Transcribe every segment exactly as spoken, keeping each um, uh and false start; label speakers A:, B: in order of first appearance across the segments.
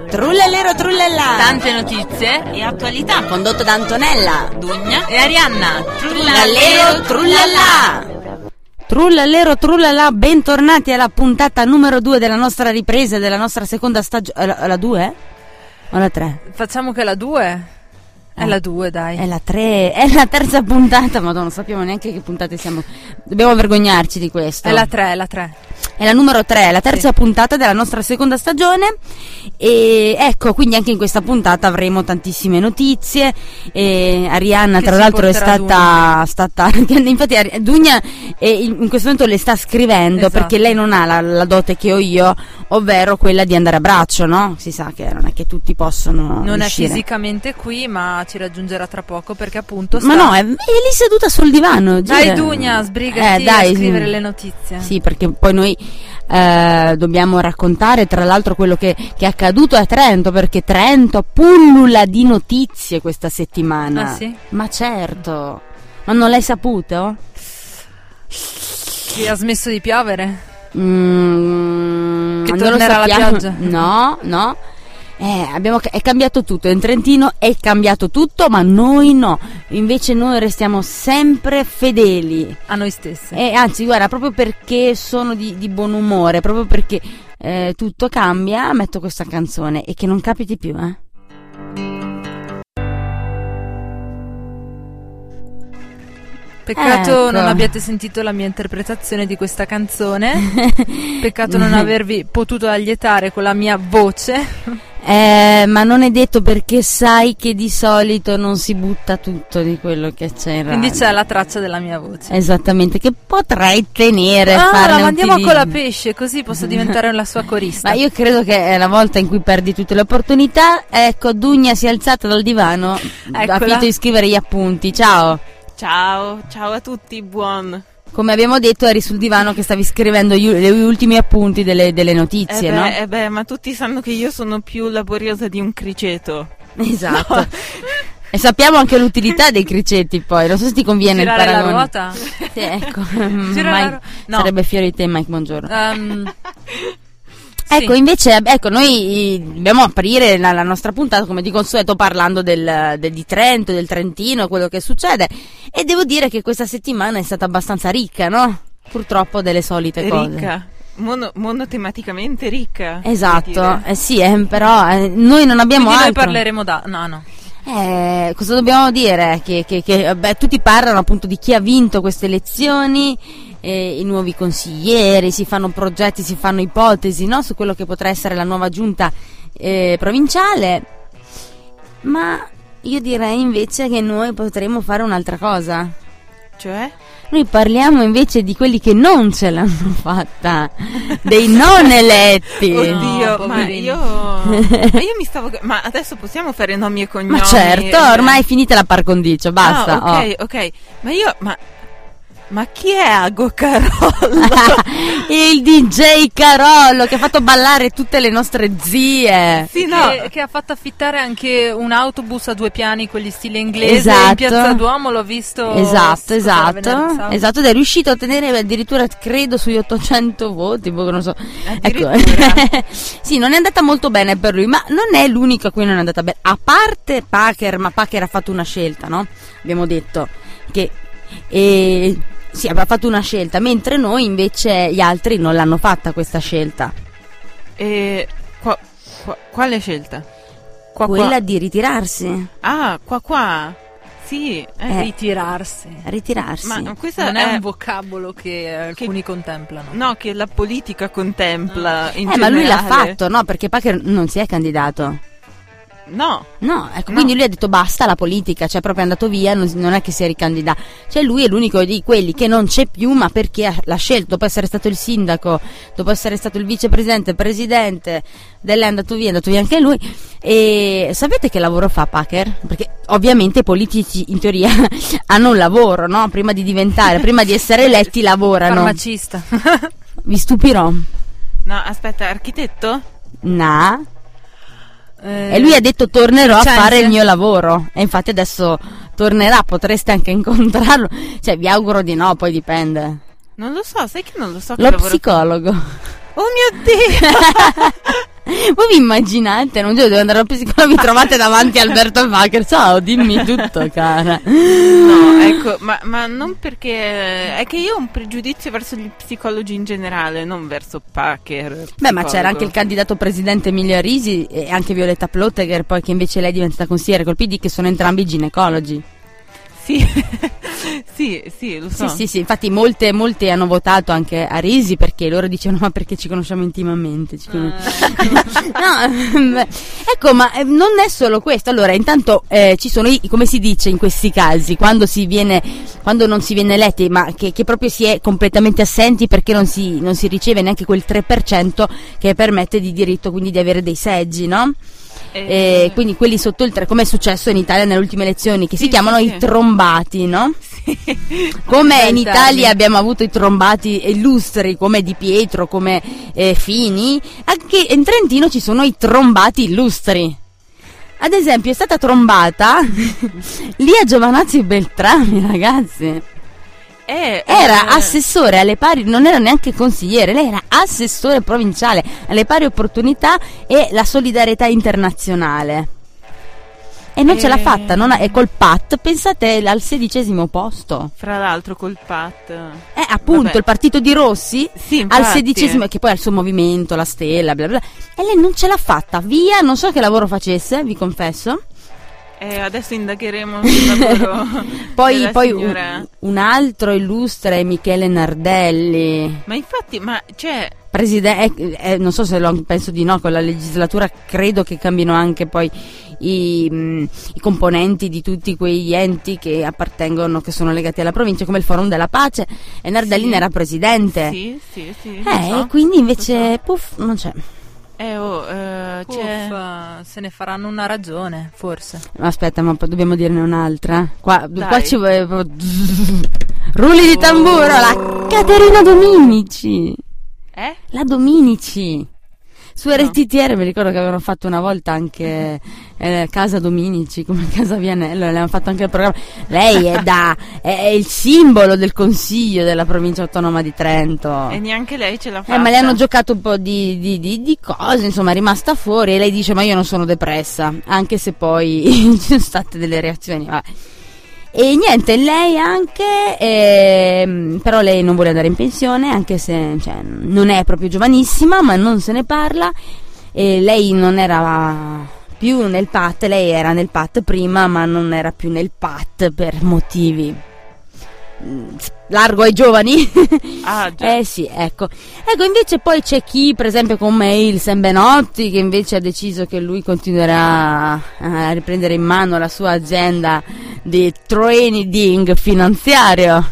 A: Trullalero trullallà.
B: Tante notizie
A: e attualità. Condotto da Antonella,
B: Dugna e Arianna.
A: Trullalero trullallà. Trullalero trullallà, bentornati alla puntata numero due della nostra ripresa, della nostra seconda stagione. La, la due? O la tre?
B: Facciamo che la due. È la due, dai.
A: È la tre, è la terza puntata, ma non sappiamo neanche che puntate siamo. Dobbiamo vergognarci di questo.
B: È la tre, è la tre.
A: È la numero tre, la terza sì. puntata della nostra seconda stagione. E ecco, quindi anche in questa puntata avremo tantissime notizie. E Arianna, che tra l'altro, è stata, stata infatti Dugna in questo momento le sta scrivendo, esatto, perché lei non ha la, la dote che ho io, ovvero quella di andare a braccio, no? Si sa che non è che tutti possono
B: non
A: uscire.
B: È fisicamente qui, ma ci raggiungerà tra poco, perché appunto sta...
A: Ma no, è, è lì seduta sul divano.
B: Dai gira. Dugna, sbrigati eh, dai, a scrivere sì. le notizie.
A: Sì, perché poi noi eh, dobbiamo raccontare tra l'altro quello che, che è accaduto a Trento, perché Trento pullula di notizie questa settimana.
B: Ah sì?
A: Ma certo. Ma non l'hai saputo?
B: Che ha smesso di piovere?
A: Mm,
B: che
A: non
B: tornerà
A: lo
B: la pioggia?
A: No, no. Eh, abbiamo, è cambiato tutto, in Trentino è cambiato tutto, ma noi no, invece noi restiamo sempre fedeli
B: a noi stessi.
A: E anzi, guarda, proprio perché sono di, di buon umore, proprio perché eh, tutto cambia, metto questa canzone e che non capiti più, eh.
B: Peccato
A: ecco.
B: non abbiate sentito la mia interpretazione di questa canzone. Peccato non avervi potuto allietare con la mia voce.
A: Eh, ma non è detto, perché sai che di solito non si butta tutto di quello che c'è in radio.
B: Quindi c'è la traccia della mia voce.
A: Esattamente, che potrei tenere.
B: Ah,
A: farne
B: la mandiamo
A: un
B: con la pesce, così posso diventare la sua corista.
A: Ma io credo che è la volta in cui perdi tutte le opportunità. Ecco, Dugna si è alzata dal divano,
B: Eccola.
A: Ha finito di scrivere gli appunti. Ciao.
C: Ciao, ciao a tutti, buon.
A: Come abbiamo detto, eri sul divano che stavi scrivendo gli, gli ultimi appunti delle, delle notizie,
C: eh beh,
A: no?
C: Eh beh, ma tutti sanno che io sono più laboriosa di un criceto.
A: Esatto.
C: No.
A: E sappiamo anche l'utilità dei cricetti, poi. Non so se ti conviene
B: girare
A: il paragone.
B: La ruota?
A: Sì, ecco.
B: Mike,
A: la... no. Sarebbe fiero di te, Mike, buongiorno.
B: Um...
A: Ecco,
B: sì.
A: invece, ecco, noi dobbiamo aprire la, la nostra puntata, come di consueto, parlando del, del, di Trento, del Trentino, quello che succede. E devo dire che questa settimana è stata abbastanza ricca, no? Purtroppo delle solite
C: ricca.
A: cose.
C: Ricca, Mono, monotematicamente ricca.
A: Esatto, eh sì, eh, però eh, noi non abbiamo
B: Quindi
A: altro.
B: noi parleremo da... no, no.
A: Eh, cosa dobbiamo dire? Che, che, che beh, tutti parlano appunto di chi ha vinto queste elezioni, eh, i nuovi consiglieri, si fanno progetti, si fanno ipotesi, no? Su quello che potrà essere la nuova giunta eh, provinciale, ma io direi invece che noi potremmo fare un'altra cosa.
C: Cioè?
A: Noi parliamo invece di quelli che non ce l'hanno fatta, dei non eletti.
C: Oddio,
B: no,
C: ma io, ma io mi stavo... Ma adesso possiamo fare nomi e cognomi?
A: Ma certo, ormai è finita la par condicio, basta.
C: Ah, ok,
A: oh.
C: ok. Ma io... Ma... Ma chi è Ago Carollo?
A: Il D J Carollo che ha fatto ballare tutte le nostre zie.
B: Sì, no. Che, che ha fatto affittare anche un autobus a due piani, quelli stile inglese,
A: esatto.
B: In Piazza Duomo, l'ho visto.
A: Esatto, esatto. Esatto, ed è riuscito a ottenere addirittura, credo, sugli ottocento voti, boh, non so. Ecco. Sì, non è andata molto bene per lui, ma non è l'unico a cui non è andata bene. A parte Packer, ma Packer ha fatto una scelta, no? Abbiamo detto che e sì, aveva fatto una scelta, mentre noi invece gli altri non l'hanno fatta questa scelta.
C: E qua, qua, quale scelta?
A: Qua, Quella qua. di ritirarsi.
C: Ah, qua qua. Sì,
B: eh. Eh, ritirarsi.
A: Ritirarsi.
C: Ma questa
B: non
C: è,
B: è un vocabolo che alcuni che, contemplano.
C: No, che la politica contempla
B: ah.
C: in
A: Eh,
C: generale.
A: ma lui l'ha fatto, no? Perché Packer non si è candidato.
C: No.
A: No, ecco,
C: no.
A: Quindi lui ha detto basta la politica, cioè proprio è andato via, non, non è che si è ricandidato. Cioè lui è l'unico di quelli che non c'è più, ma perché ha, l'ha scelto, dopo essere stato il sindaco, dopo essere stato il vicepresidente, presidente, dell'è andato via, è andato via anche lui. E sapete che lavoro fa Packer? Perché ovviamente i politici in teoria hanno un lavoro, no? Prima di diventare, prima di essere eletti lavorano.
B: Farmacista.
A: Vi stupirò.
C: No, aspetta, architetto?
A: No.
B: Eh,
A: e lui ha detto tornerò a
B: licenze.
A: fare il mio lavoro, e infatti adesso tornerà, potreste anche incontrarlo, cioè vi auguro di no, poi dipende.
C: Non lo so, sai che non lo so che
A: Lo
C: lavoro
A: psicologo.
C: fa. Oh mio Dio.
A: Voi vi immaginate, non devo andare allo psicologo, mi trovate davanti a Alberto Packer, ciao, dimmi tutto, cara.
C: No, ecco, ma, ma non perché, è che io ho un pregiudizio verso gli psicologi in generale, non verso Packer.
A: Beh,
C: psicologo.
A: ma c'era anche il candidato presidente Emilio Arisi e anche Violetta Plottegher, poi che invece lei è diventata consigliere col P D, che sono entrambi ginecologi.
C: Sì, sì, sì, lo so.
A: Sì, sì, sì, infatti molte, molte hanno votato anche a Risi perché loro dicevano ma perché ci conosciamo intimamente. Ci con... no, ecco, ma non è solo questo. Allora, intanto eh, ci sono, i, come si dice in questi casi, quando si viene, quando non si viene eletti, ma che, che proprio si è completamente assenti perché non si, non si riceve neanche quel tre per cento che permette di diritto quindi di avere dei seggi, no?
C: Eh,
A: E quindi quelli sotto il tre, come è successo in Italia nelle ultime elezioni, che
C: sì,
A: si chiamano
C: sì,
A: i
C: sì.
A: trombati, no?
C: Sì.
A: Come in
B: Bel
A: Italia
B: termine.
A: abbiamo avuto i trombati illustri come Di Pietro, come eh, Fini, anche in Trentino ci sono i trombati illustri. Ad esempio è stata trombata Lia Giovanazzi Beltrami, ragazzi.
C: Eh,
A: Era
C: eh,
A: assessore alle pari, non era neanche consigliere, lei era assessore provinciale alle pari opportunità e la solidarietà internazionale. E non
C: Eh.
A: ce l'ha fatta, non ha, è col P A T, pensate al sedicesimo posto.
C: Fra l'altro col P A T.
A: Eh, appunto,
C: Vabbè.
A: il partito di Rossi
C: Sì,
A: al
C: infatti.
A: sedicesimo, che poi ha il suo movimento, la stella, bla bla, e lei non ce l'ha fatta, via, non so che lavoro facesse, vi confesso.
C: Eh, adesso indagheremo sul lavoro
A: Poi,
C: della
A: poi un,
C: signora.
A: un altro illustre è Michele Nardelli.
C: Ma infatti, ma cioè,
A: Presidente, eh, eh, non so se lo penso di no, con la legislatura credo che cambino anche poi i, mh, i componenti di tutti quegli enti che appartengono, che sono legati alla provincia, come il Forum della Pace, e Nardelli
C: Sì.
A: ne era presidente.
C: sì, sì, sì. lo
A: Eh,
C: so,
A: e quindi
C: lo
A: invece, puff, non c'è.
C: so. Eh, oh, eh, c'è...
B: Uff, se ne faranno una ragione, forse.
A: Aspetta, ma poi dobbiamo dirne un'altra. Qua,
C: Dai.
A: qua ci vuole proprio- rulli di tamburo, la Caterina Dominici.
C: Eh?
A: La Dominici. Su
C: No.
A: R T T R mi ricordo che avevano fatto una volta anche eh, Casa Dominici, come Casa Vianello, l'avevano fatto anche il programma. Lei è da è il simbolo del consiglio della provincia autonoma di Trento.
C: E neanche lei ce l'ha fatta.
A: Eh, ma le hanno giocato un po' di, di, di, di cose, insomma è rimasta fuori e lei dice ma io non sono depressa, anche se poi ci sono state delle reazioni. Vabbè. E niente, lei anche, ehm, però lei non vuole andare in pensione, anche se cioè, non è proprio giovanissima, ma non se ne parla. E lei non era più nel P A T, lei era nel P A T prima, ma non era più nel P A T per motivi mm, largo ai giovani.
C: Ah, già.
A: Eh sì, ecco. Ecco, invece poi c'è chi, per esempio con Mail Sembenotti, che invece ha deciso che lui continuerà a riprendere in mano la sua azienda di trading finanziario.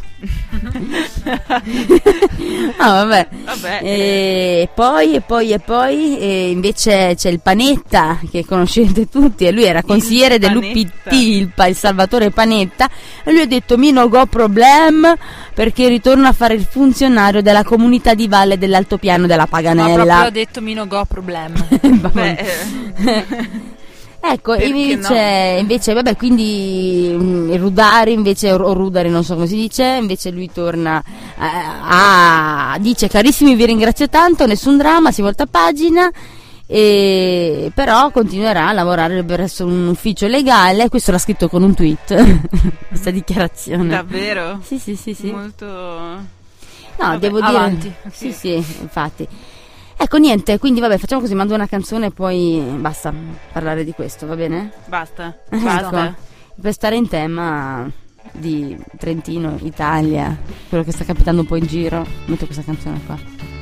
A: Ah, vabbè.
C: Vabbè.
A: E poi, e poi, e poi, e invece c'è il Panetta, che conoscete tutti, e lui era consigliere dell'U P T, il, pa- il Salvatore Panetta, e lui ha detto mi no go problem, perché ritorno a fare il funzionario della comunità di valle dell'altopiano della
B: Ma
A: Paganella.
B: proprio ha detto Mino go problem.
C: Beh, eh,
A: Ecco,
C: Perché
A: invece,
C: no?
A: invece, vabbè, quindi mm, Rudari, invece, o Rudari, non so come si dice, invece lui torna eh, a, dice carissimi vi ringrazio tanto, nessun dramma, si volta pagina, e, però continuerà a lavorare presso un ufficio legale, questo l'ha scritto con un tweet, questa dichiarazione.
C: davvero?
A: Sì, sì, sì, sì.
C: Molto...
A: No,
C: Vabbè,
A: devo dire...
B: avanti.
A: Sì, sì, infatti. Ecco, niente, quindi vabbè, facciamo così, mando una canzone e poi basta parlare di questo, va bene?
C: Basta,
A: Ecco,
C: basta.
A: per stare in tema di Trentino, Italia, quello che sta capitando un po' in giro, metto questa canzone qua.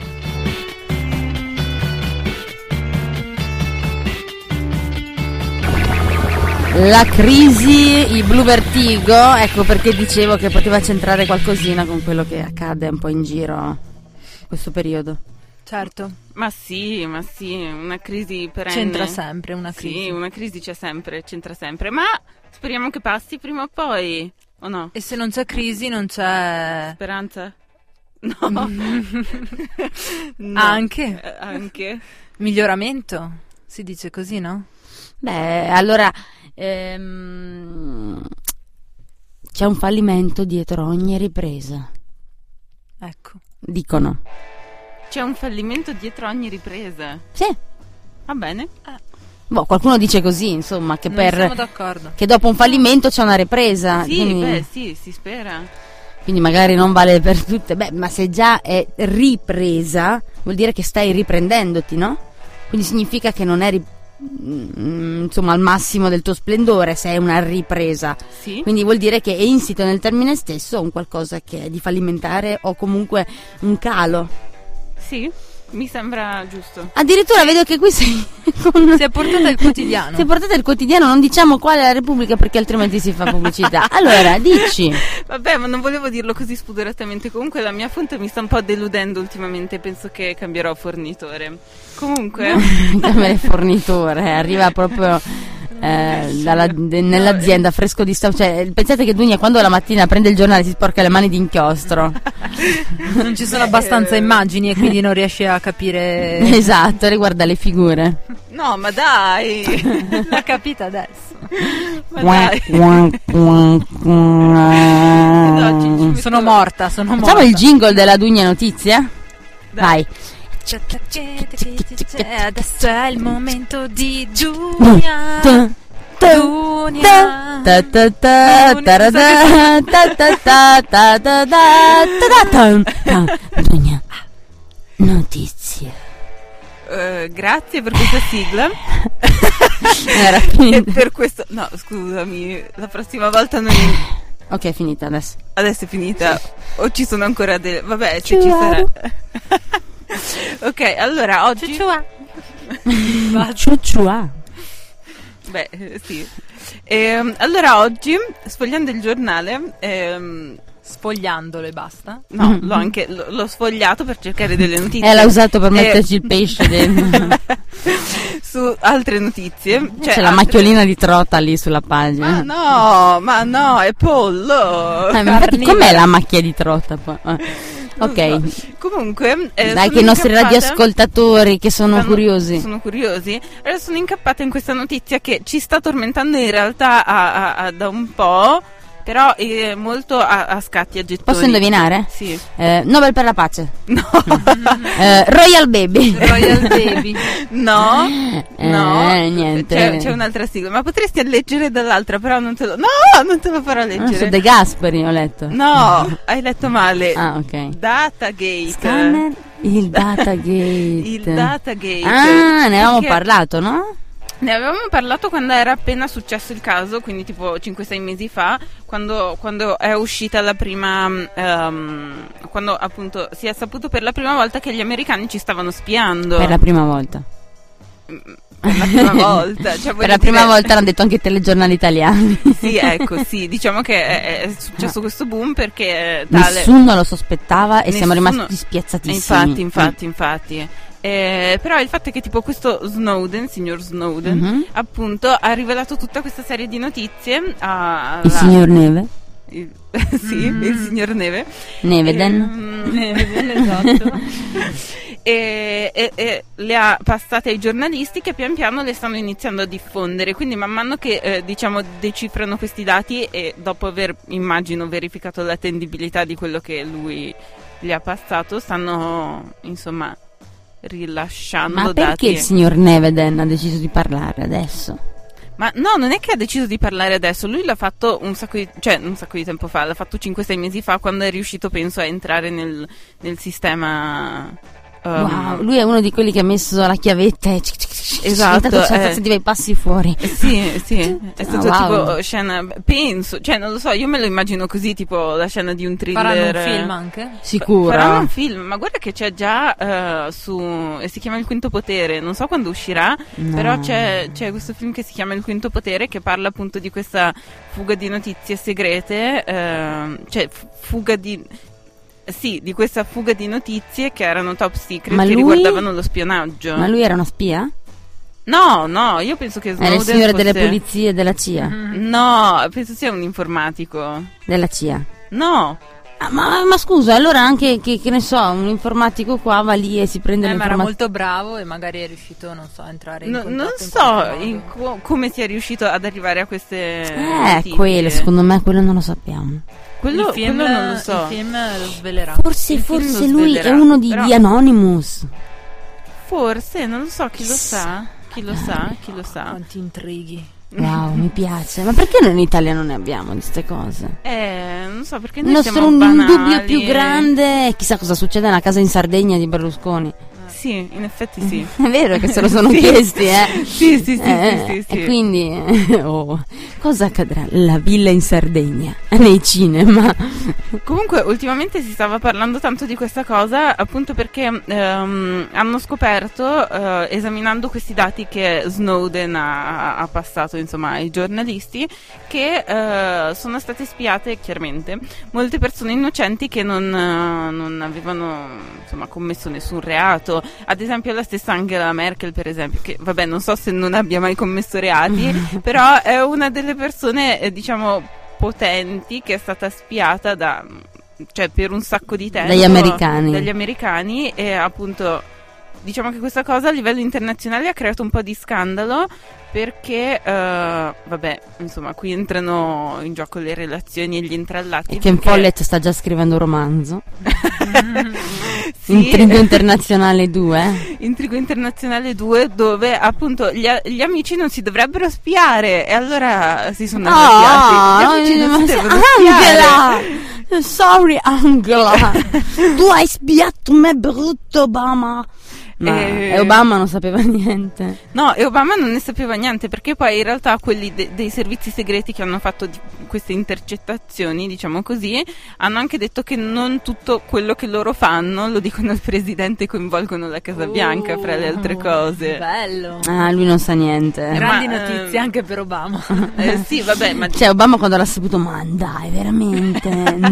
A: La crisi, i Blue Vertigo, ecco perché dicevo che poteva centrare qualcosina con quello che accade un po' in giro in questo periodo.
B: Certo,
C: Ma sì, ma sì, una crisi perenne.
B: c'entra sempre una crisi.
C: Sì, una crisi c'è sempre, c'entra sempre. Ma speriamo che passi prima o poi, o no?
B: E se non c'è crisi non c'è...
C: Speranza? No. No.
B: Anche.
C: Eh, anche.
B: Miglioramento, si dice così, no?
A: Beh, allora ehm, c'è un fallimento dietro ogni ripresa,
B: Ecco.
A: dicono.
C: C'è un fallimento dietro ogni ripresa.
A: Sì,
C: Va bene.
A: Boh, qualcuno dice così, insomma, che
B: Non
A: per
B: siamo d'accordo.
A: che dopo un fallimento c'è una ripresa.
C: Sì,
A: quindi,
C: beh, sì, si spera.
A: quindi magari non vale per tutte. Beh, ma se già è ripresa, vuol dire che stai riprendendoti, no? Quindi significa che non eri mm, insomma al massimo del tuo splendore se è una ripresa.
C: Sì.
A: Quindi vuol dire che è insito nel termine stesso un qualcosa che è di fallimentare o comunque un calo.
C: Sì, mi sembra giusto.
A: Addirittura vedo che qui sei con...
B: Si è portata il quotidiano.
A: Si è portata il quotidiano, non diciamo quale è la Repubblica perché altrimenti si fa pubblicità. Allora, dici.
C: Vabbè, ma non volevo dirlo così spudoratamente. Comunque la mia fonte mi sta un po' deludendo ultimamente. Penso che cambierò fornitore. Comunque,
A: Camere fornitore, arriva proprio eh, dalla- de- nell'azienda fresco di sta- cioè, pensate che Dunia quando la mattina prende il giornale si sporca le mani di inchiostro.
B: Non ci sono abbastanza immagini e quindi non riesce a capire.
A: Esatto, riguarda le figure.
C: no, ma dai.
B: L'ha capita adesso.
C: Ma dai.
A: Qua, qua, qua.
C: No, ci- ci metto-
B: Sono morta, sono morta.
A: Facciamo il jingle della Dunia Notizia? Vai.
B: Adesso è il momento di Dunia.
A: Ta- ta-
B: Dunia.
A: ta- ta- ta- ta- ta- ta- ta- ta- ta- ta- ta- ta- ta- ta- Dunia Notizia.
C: Eh, grazie per questa sigla.
A: Era
C: e
A: finita.
C: per questo. No, scusami. La prossima volta noi.
A: Ok, è finita adesso.
C: Adesso è finita. O ci sono ancora delle. Vabbè, se ci
A: Ciao.
C: sarà. Ok, allora oggi.
A: Ciucciua.
C: Beh, eh, sì. Ehm, allora oggi, sfogliando il giornale, ehm,
B: Sfogliandolo e basta.
C: no, l'ho anche l'ho, l'ho sfogliato per cercare delle notizie.
A: Eh, l'ha usato per
C: Eh,
A: metterci il pesce dentro.
C: su altre notizie. Cioè,
A: C'è la
C: altre-
A: macchiolina di trota lì sulla
C: Ma
A: pagina.
C: no, ma no, è pollo.
A: Eh, ma infatti, com'è la macchia di trota? poi? Eh.
C: Non
A: Ok,
C: so. Comunque, eh,
A: dai,
C: sono
A: che i nostri
C: incappata-
A: radioascoltatori che sono
C: stanno-
A: curiosi.
C: Sono curiosi. Allora sono incappata in questa notizia che ci sta tormentando in realtà a- a- a- da un po', però è molto a, a scatti, a gettoni.
A: Posso indovinare?
C: Sì.
A: Eh, Nobel per la pace.
C: No.
A: Eh, Royal Baby.
B: Royal Baby.
C: No.
A: Eh,
C: No.
A: niente.
C: C'è, c'è un'altra sigla, ma potresti leggere dall'altra, però non te lo. No, non te lo farò
A: Non so,
C: leggere.
A: De Gasperi ho letto.
C: No, hai letto male.
A: Ah, ok.
C: Datagate.
A: Scanner, il Datagate.
C: Il Datagate.
A: Ah, ne avevamo
C: Perché-
A: parlato, no?
C: Ne avevamo parlato quando era appena successo il caso, quindi tipo cinque sei mesi fa, quando, quando è uscita la prima, ehm, quando appunto si è saputo per la prima volta che gli americani ci stavano spiando.
A: Per la prima volta.
C: Per la prima volta. Cioè,
A: Per
C: voglio
A: la prima
C: dire-
A: volta l'hanno detto anche i telegiornali italiani.
C: Sì, ecco, sì, diciamo che è, è successo questo boom perché è tale.
A: Nessuno lo sospettava e siamo
C: Nessuno-
A: rimasti spiazzatissimi.
C: Infatti, infatti, infatti. Eh, però il fatto è che tipo questo Snowden, signor Snowden,
A: Mhm.
C: appunto ha rivelato tutta questa serie di notizie a,
A: Il
C: alla-
A: signor Neve.
C: il- sì, il signor Neve.
A: Neveden.
C: Ehm,
B: Esatto.
C: e, e- e le ha passate ai giornalisti che pian piano le stanno iniziando a diffondere, quindi man mano che eh, diciamo decifrano questi dati e dopo aver immagino verificato l'attendibilità di quello che lui gli ha passato stanno insomma rilasciando
A: Ma
C: dati.
A: perché il signor Neveden ha deciso di parlare adesso?
C: Ma no, non è che ha deciso di parlare adesso, lui l'ha fatto un sacco di, cioè un sacco di tempo fa, l'ha fatto cinque sei mesi fa quando è riuscito penso a entrare nel, nel sistema. um,
A: Wow, lui è uno di quelli che ha messo la chiavetta e
C: Esatto,
A: intanto
C: eh.
A: sentiva i passi fuori.
C: Eh, Sì, sì, è stato
A: Ah, wow.
C: tipo scena, penso, cioè non lo so, io me lo immagino così, tipo la scena di un thriller.
B: Faranno un film anche?
A: Sicuro.
C: Faranno un film, ma guarda che c'è già eh, su, e si chiama Il Quinto Potere, non so quando uscirà,
A: No.
C: però c'è, c'è questo film che si chiama Il Quinto Potere che parla appunto di questa fuga di notizie segrete, ehm, cioè f- fuga di... Sì, di questa fuga di notizie che erano top secret,
A: Ma
C: che
A: lui-
C: riguardavano lo spionaggio.
A: Ma lui era una spia?
C: No, no, io penso che Snowden
A: Era il signore
C: fosse...
A: delle polizie della C I A.
C: No, penso sia un informatico.
A: Della C I A.
C: No,
A: Ah, ma, ma scusa, allora anche che, che ne so, un informatico qua va lì e si prende
B: Eh, ma era
A: l'informazione.
B: molto bravo e magari è riuscito, non so, a entrare in
C: no-
B: contatto
C: non
B: in
C: so
B: qualche
C: in
B: modo.
C: co- come sia riuscito ad arrivare a queste
A: Eh,
C: notizie.
A: quello, secondo me quello non lo sappiamo.
C: Quello,
B: il film,
C: quello non lo so.
B: il film lo svelerà.
A: Forse,
C: Il film
A: forse
C: lo
A: lui
C: svelerà,
A: è uno di,
C: però-
A: di Anonymous.
C: Forse, non lo so, chi lo
A: Chissà.
C: sa. chi lo sa, chi lo sa.
B: Quanti intrighi.
A: Wow, mi piace. Ma perché noi in Italia non ne abbiamo di queste cose?
C: Eh, non so, perché
A: Il
C: noi
A: nostro
C: siamo
A: un
C: banali.
A: dubbio più grande è chissà cosa succede nella casa in Sardegna di Berlusconi.
C: Sì, in effetti sì.
A: È vero che se lo sono
C: Sì.
A: chiesti, eh?
C: Sì, sì, sì,
A: Eh,
C: sì, sì, sì.
A: E quindi, oh, cosa accadrà? La villa in Sardegna, nei cinema.
C: Comunque ultimamente si stava parlando tanto di questa cosa appunto perché ehm, hanno scoperto, eh, esaminando questi dati che Snowden ha, ha passato insomma ai giornalisti, che eh, sono state spiate chiaramente molte persone innocenti che non, eh, non avevano insomma commesso nessun reato. Ad esempio la stessa Angela Merkel, per esempio, che vabbè non so se non abbia mai commesso reati, però è una delle persone eh, diciamo potenti che è stata spiata da, cioè per un sacco di tempo
A: Dagli americani.
C: dagli americani e appunto diciamo che questa cosa a livello internazionale ha creato un po' di scandalo perché eh, vabbè insomma qui entrano in gioco le relazioni e gli intrallati
A: E Ken
C: perché-
A: Follett sta già scrivendo un romanzo.
C: Sì.
A: Intrigo Internazionale due.
C: Intrigo Internazionale due dove appunto gli, a- gli amici non si dovrebbero spiare e allora si sono arrabbiati. Gli amici non si devono
A: Angela!
C: spiare.
A: Sorry Angela, tu hai spiato me brutto Obama. Ma
C: Eh,
A: e Obama non sapeva niente.
C: No, e Obama non ne sapeva niente perché poi in realtà quelli de- dei servizi segreti che hanno fatto di- queste intercettazioni, diciamo così, hanno anche detto che non tutto quello che loro fanno lo dicono al presidente e coinvolgono la Casa Bianca fra le altre cose.
B: Bello.
A: Ah, lui non sa niente.
B: Grandi
C: Ma,
B: notizie
C: ehm,
B: anche per Obama.
C: Eh, sì, vabbè, ma
A: Cioè Obama quando l'ha saputo, ma dai, veramente?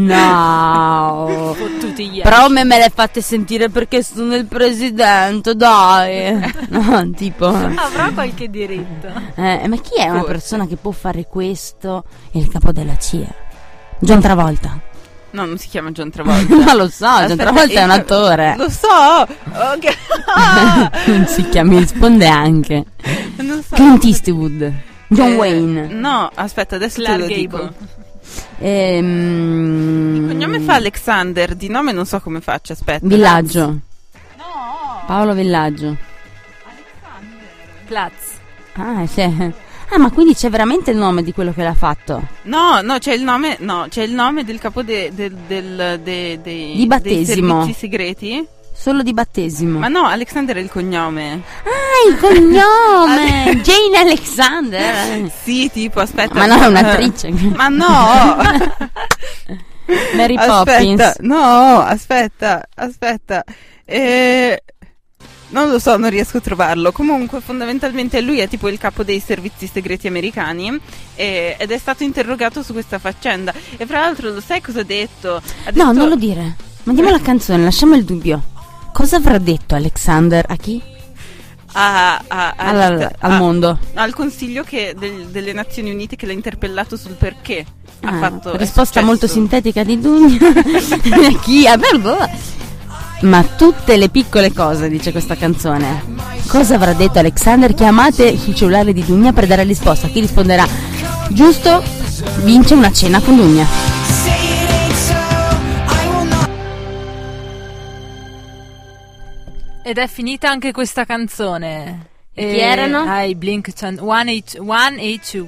A: No.
B: Tutti gli
A: Però me me le fate sentire perché sono il presidente, dai. No, tipo.
B: avrà qualche diritto.
A: Eh, ma chi è una
C: Forse.
A: persona che può fare questo? Il capo della C I A. John Travolta.
C: no, non si chiama John Travolta.
A: Ma lo so, John
C: Aspetta,
A: Travolta è un
C: il-
A: attore.
C: Lo so. Ok. Ah!
A: Non si chiama, mi risponde anche.
C: Non so.
A: Clint Eastwood. John
C: Eh,
A: Wayne.
C: No, aspetta, adesso
B: Clark
C: te lo
B: Gable.
C: dico.
A: Ehm,
C: Il cognome fa Alexander, di nome non so come faccia, aspetta.
A: Villaggio.
C: No.
A: Paolo Villaggio.
B: Platz.
A: Ah, sì. Ah, ma quindi c'è veramente il nome di quello che l'ha fatto?
C: No, no, c'è il nome, no, c'è il nome del capo de- del- del- de- dei,
A: Di battesimo.
C: dei servizi segreti.
A: Solo di battesimo.
C: Ma no, Alexander è il cognome.
A: Ah, il cognome! Jane Alexander.
C: Sì, tipo, aspetta.
A: Ma no, è un'attrice.
C: Ma no!
A: Mary
C: aspetta,
A: Poppins.
C: no, aspetta, aspetta. Eh, non lo so, non riesco a trovarlo. Comunque, fondamentalmente, lui è tipo il capo dei servizi segreti americani eh, ed è stato interrogato su questa faccenda. E fra l'altro, lo sai cosa ha detto? Ha
A: No,
C: detto-
A: non lo dire. Mandiamo la canzone, lasciamo il dubbio. Cosa avrà detto Alexander a chi?
C: a- a- a-
A: Al, al
C: a-
A: mondo.
C: al Consiglio che del- delle Nazioni Unite che l'ha interpellato sul perché ha
A: Ah,
C: fatto. è
A: risposta
C: successo.
A: molto sintetica di Dugna. Chi? Ah, beh, boh. Ma tutte le piccole cose, dice questa canzone. Cosa avrà detto Alexander? Chiamate sul cellulare di Dugna per dare risposta. Chi risponderà giusto vince una cena con Dugna.
B: Ed è finita anche questa canzone.
A: E chi erano?
B: Ah, i Blink centottantadue.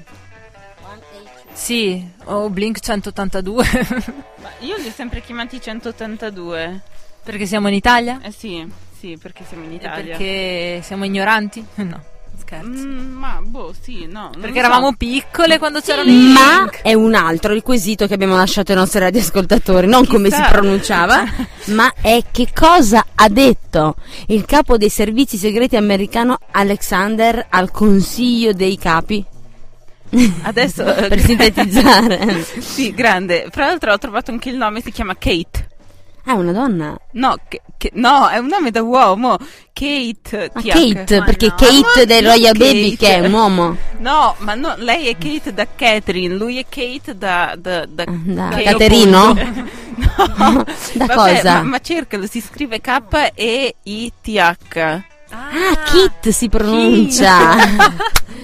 B: Sì, o Blink centottantadue.
C: Ma io li ho sempre chiamati centottantadue.
B: Perché siamo in Italia?
C: Eh sì, sì, perché siamo in
B: E
C: Italia.
B: perché siamo ignoranti? No, scherzo.
C: Mm, ma boh, sì, no. non
B: Perché
C: lo
B: eravamo
C: so.
B: piccole quando c'erano i
A: Ma
B: Blink.
A: è un altro il quesito che abbiamo lasciato ai nostri radioascoltatori, non come si
C: Chissà.
A: pronunciava, ma è che cosa ha detto il capo dei servizi segreti americano Alexander al Consiglio dei Capi.
C: Adesso
A: Per sintetizzare.
C: Sì, grande. Fra l'altro ho trovato anche il nome, si chiama Kate.
A: Ah, una donna.
C: No, che, che- no, è un nome da uomo. Kate.
A: Ma
C: T H.
A: Kate,
B: Ma
A: perché
B: no.
A: Kate
C: Ma
A: del
C: no,
A: Royal
C: Kate.
A: Baby che è un uomo.
C: No, ma no, lei è Kate da Catherine, lui è Kate da... da, da,
A: Da
C: Kate
A: Caterino?
C: No,
A: Da
C: vabbè,
A: cosa?
C: Ma, ma cercalo, si scrive K E I T H.
A: Ah, Kit si pronuncia.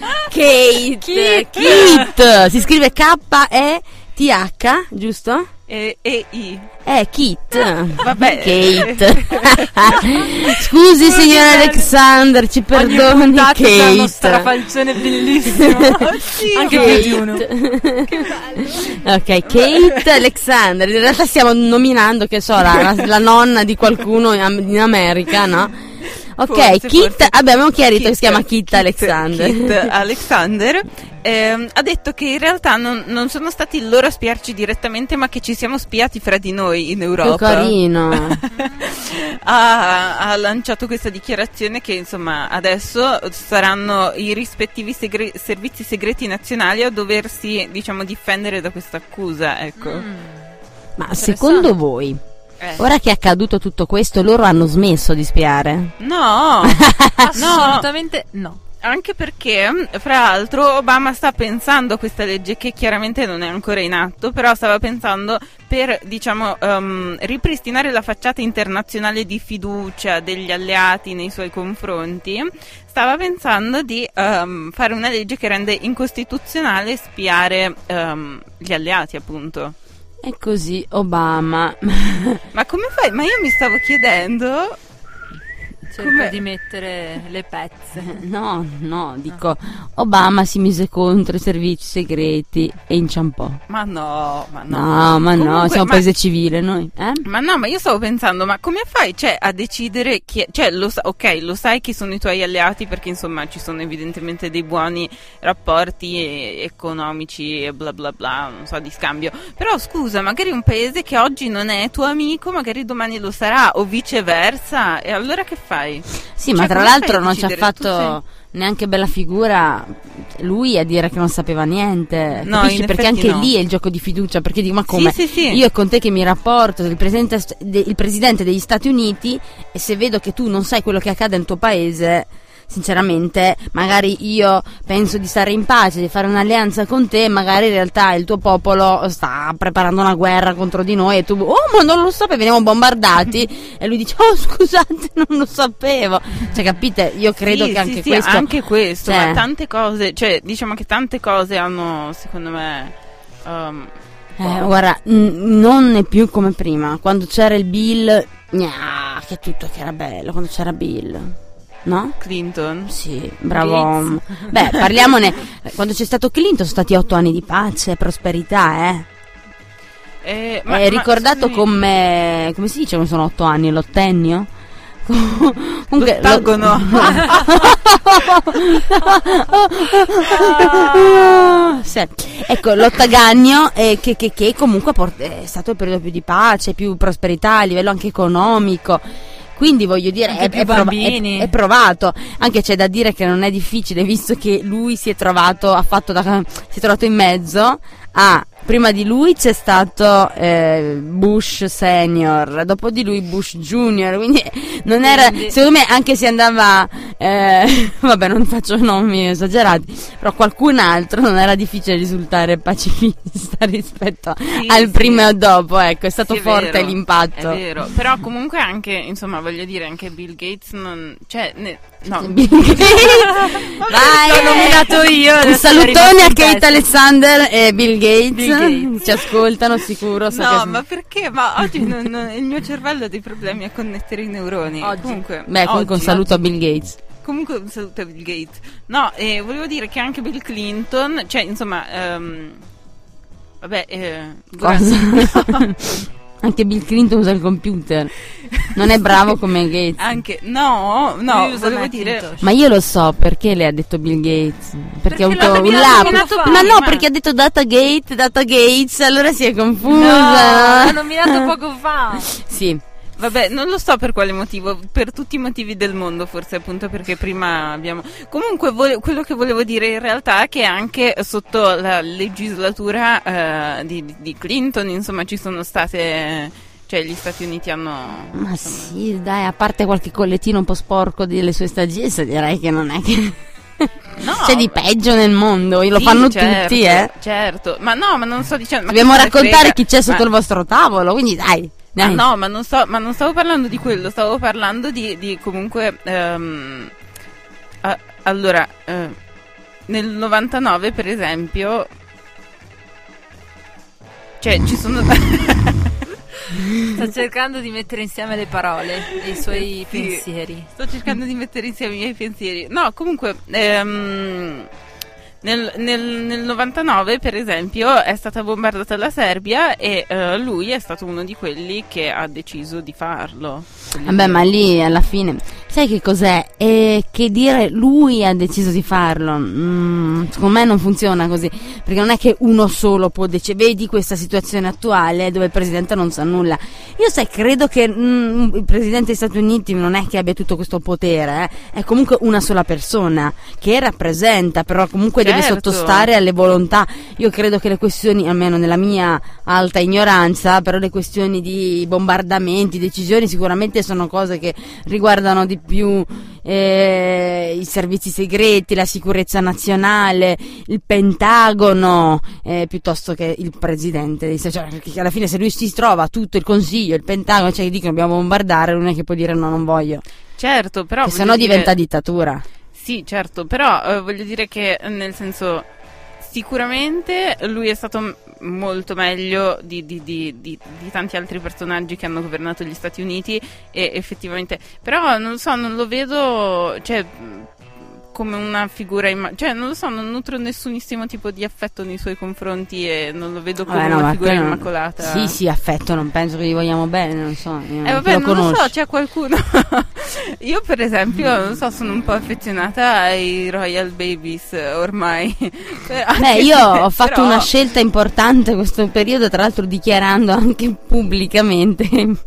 A: Kate.
B: Kit.
A: Kit. Si scrive K E T H, giusto?
C: E, e I.
A: Eh, Kit.
C: Vabbè.
A: Kate. Scusi, signor Alexander, ci perdoni.
B: C'è uno
A: Kate.
B: strafalcione bellissimo.
C: Oddio.
B: Anche
A: Kate.
B: più di uno.
C: Che bello.
A: Ok, Kate Alexander. In realtà stiamo nominando, che so, la, la, la nonna di qualcuno in, in America, no? Ok,
C: Forse,
A: Kit,
C: forse.
A: abbiamo chiarito
C: Kit,
A: che si chiama Kit,
C: Kit
A: Alexander.
C: Kit Alexander ehm, ha detto che in realtà non, non sono stati loro a spiarci direttamente, ma che ci siamo spiati fra di noi in
A: Che
C: Europa.
A: carino.
C: ha, ha lanciato questa dichiarazione che insomma adesso saranno i rispettivi segre- servizi segreti nazionali a doversi, diciamo, difendere da questa accusa, ecco.
B: Mm.
A: Ma secondo voi,
C: Eh.
A: ora che è accaduto tutto questo, loro hanno smesso di spiare?
C: No, no,
B: Assolutamente no.
C: anche perché, fra l'altro, Obama sta pensando a questa legge che chiaramente non è ancora in atto, però stava pensando per, diciamo, um, ripristinare la facciata internazionale di fiducia degli alleati nei suoi confronti. Stava pensando di um, fare una legge che rende incostituzionale spiare um, gli alleati, appunto.
A: È così, Obama.
C: Ma come fai? Ma io mi stavo chiedendo...
B: Cerca
C: Come-
B: di mettere le pezze.
A: No, no, dico, Obama si mise contro i servizi segreti e inciampò.
C: Ma no, ma no.
A: No, ma no,
C: Comunque,
A: siamo un
C: ma-
A: paese civile noi, eh?
C: Ma no, ma io stavo pensando, ma come fai, cioè, a decidere chi è, cioè, lo sa- ok, lo sai chi sono i tuoi alleati perché insomma ci sono evidentemente dei buoni rapporti e- economici e bla bla bla, non so, di scambio. Però scusa, magari un paese che oggi non è tuo amico, magari domani lo sarà o viceversa, e allora che fai?
A: Sì, ma
C: Cioè,
A: tra
C: come fai
A: l'altro
C: a
A: non ci ha
C: decidere? Tu
A: fatto neanche bella figura lui a dire che non sapeva niente.
C: No,
A: Capisci?
C: in
A: Perché
C: effetti
A: anche
C: no.
A: lì è il gioco di fiducia, perché dico, ma come?
C: Sì, sì, sì.
A: Io è con te che mi rapporto, il presidente, de- il presidente degli Stati Uniti, e se vedo che tu non sai quello che accade nel tuo paese, sinceramente, magari io penso di stare in pace, di fare un'alleanza con te, magari in realtà il tuo popolo sta preparando una guerra contro di noi e tu, oh, ma non lo sapevo, veniamo bombardati, e lui dice, oh, scusate, non lo sapevo. Cioè, capite? Io credo
C: Sì,
A: che anche
C: sì, sì,
A: questo...
C: anche questo,
A: cioè-
C: ma tante cose, cioè, diciamo che tante cose hanno, secondo me, um,
A: Eh, guarda, n- non è più come prima. Quando c'era il Bill, gna, che tutto che era bello, quando c'era Bill. No?
C: Clinton.
A: Sì, bravo. Beh, parliamone. Quando c'è stato Clinton sono stati otto anni di pace e prosperità, eh.
C: Eh,
A: È ricordato
C: scusami,
A: come, come si dice quando sono otto anni, l'ottennio? Comunque,
C: L'ottagono.
A: sì. Ecco, l'ottagagno eh, che, che, che comunque port- è stato il periodo più di pace, più prosperità a livello anche economico. Quindi voglio dire,
B: Anche
A: è,
B: più
A: è, prova-
B: bambini.
A: è- è provato. Anche c'è da dire che non è difficile, visto che lui si è trovato, ha fatto da, si è trovato in mezzo a, prima di lui c'è stato eh, Bush senior, dopo di lui Bush junior, quindi non era,
B: Quindi-
A: secondo me, anche se andava, eh, vabbè, non faccio nomi esagerati, però qualcun altro non era difficile risultare pacifista rispetto
C: Sì,
A: al
C: sì.
A: prima e dopo, ecco, è stato
C: Sì, è
A: forte
C: vero,
A: l'impatto.
C: È vero, però comunque anche, insomma, voglio dire, anche Bill Gates non, cioè, ne, no,
A: Bill Gates. Vai,
B: l'ho nominato io,
A: un
B: adesso mi è
A: salutone
B: rimasto
A: a
B: in
A: Kate
B: testa.
A: Alexander e Bill Gates,
B: Bill Gates.
A: ci ascoltano sicuro. So
C: no,
A: che-
C: ma perché? Ma oggi non- non- il mio cervello ha dei problemi a connettere i neuroni.
B: Oggi.
C: Comunque,
A: Beh, comunque un
C: oggi,
A: saluto
C: oggi.
A: a Bill Gates.
C: Comunque un saluto a Bill Gates. No, eh, volevo dire che anche Bill Clinton, cioè, insomma, ehm, vabbè, eh, durante-
A: Cosa? Anche Bill Clinton usa il computer, non è bravo come Gates.
C: anche, no, no,
B: Lui usa
C: volevo dire...
B: Macintosh.
A: Ma io lo so perché le ha detto Bill Gates. Perché,
B: Perché
A: ha
B: l'ha
A: avuto un
B: nominato
A: lapsus.
B: poco fa.
A: Ma no,
C: Ma-
A: perché ha detto Datagate, Datagates, allora si è
B: No,
A: confusa.
B: l'ho nominato poco fa.
A: Sì.
C: Vabbè, non lo so per quale motivo, per tutti i motivi del mondo, forse appunto perché prima abbiamo... Comunque vole- quello che volevo dire in realtà è che anche sotto la legislatura eh, di, di Clinton, insomma, ci sono state... Cioè gli Stati Uniti hanno...
A: Ma
C: insomma,
A: sì, dai, a parte qualche collettino un po' sporco delle sue stagiesse, direi che non è che...
C: no,
A: C'è di peggio nel mondo, lo
C: sì,
A: fanno
C: certo,
A: tutti, eh.
C: Certo, ma no, ma non sto dicendo... ma
A: Dobbiamo
C: chi se ne
A: raccontare
C: frega?
A: chi c'è sotto
C: Ma-
A: il vostro tavolo, quindi dai.
C: Ah,
A: dai.
C: no, ma non, sto, ma non stavo parlando di quello, stavo parlando di, di comunque... ehm, a- allora, eh, nel novantanove per esempio... cioè ci sono
B: sta cercando di mettere insieme le parole e i suoi
C: sì,
B: pensieri.
C: Sto cercando di mettere insieme i miei pensieri. No, comunque ehm, nel, nel, nel novantanove, per esempio, è stata bombardata la Serbia e eh, lui è stato uno di quelli che ha deciso di farlo.
A: Vabbè, ma lì alla fine, sai che cos'è? È che dire lui ha deciso di farlo, mm, secondo me non funziona così, perché non è che uno solo può decidere. Vedi questa situazione attuale dove il presidente non sa nulla. Io sai, credo che mm, il presidente degli Stati Uniti non è che abbia tutto questo potere, eh? È comunque una sola persona che rappresenta, però comunque
C: certo,
A: deve sottostare alle volontà. Io credo che le questioni, almeno nella mia alta ignoranza, però le questioni di bombardamenti, decisioni sicuramente sono cose che riguardano di più eh, i servizi segreti, la sicurezza nazionale, il Pentagono, eh, piuttosto che il presidente. Cioè, perché alla fine se lui si trova tutto il consiglio, il Pentagono, cioè che dicono dobbiamo bombardare, non è che può dire no, non voglio.
C: Certo, però
A: se no
C: dire...
A: diventa dittatura.
C: Sì, certo, però eh, voglio dire che nel senso sicuramente lui è stato m- molto meglio di, di, di, di, di tanti altri personaggi che hanno governato gli Stati Uniti e effettivamente, però non lo so, non lo vedo, cioè come una figura imma- cioè non lo so, non nutro nessunissimo tipo di affetto nei suoi confronti e non lo vedo come
A: Vabbè, no,
C: una
A: ma
C: figura
A: quello-
C: immacolata.
A: Sì, sì, affetto, non penso che gli vogliamo bene, non so. Io
C: Eh vabbè,
A: lo
C: non lo so,
A: conosci.
C: c'è qualcuno. Io per esempio, non so, sono un po' affezionata ai Royal Babies ormai.
A: Beh, io ho fatto
C: Però-
A: una scelta importante in questo periodo, tra l'altro dichiarando anche pubblicamente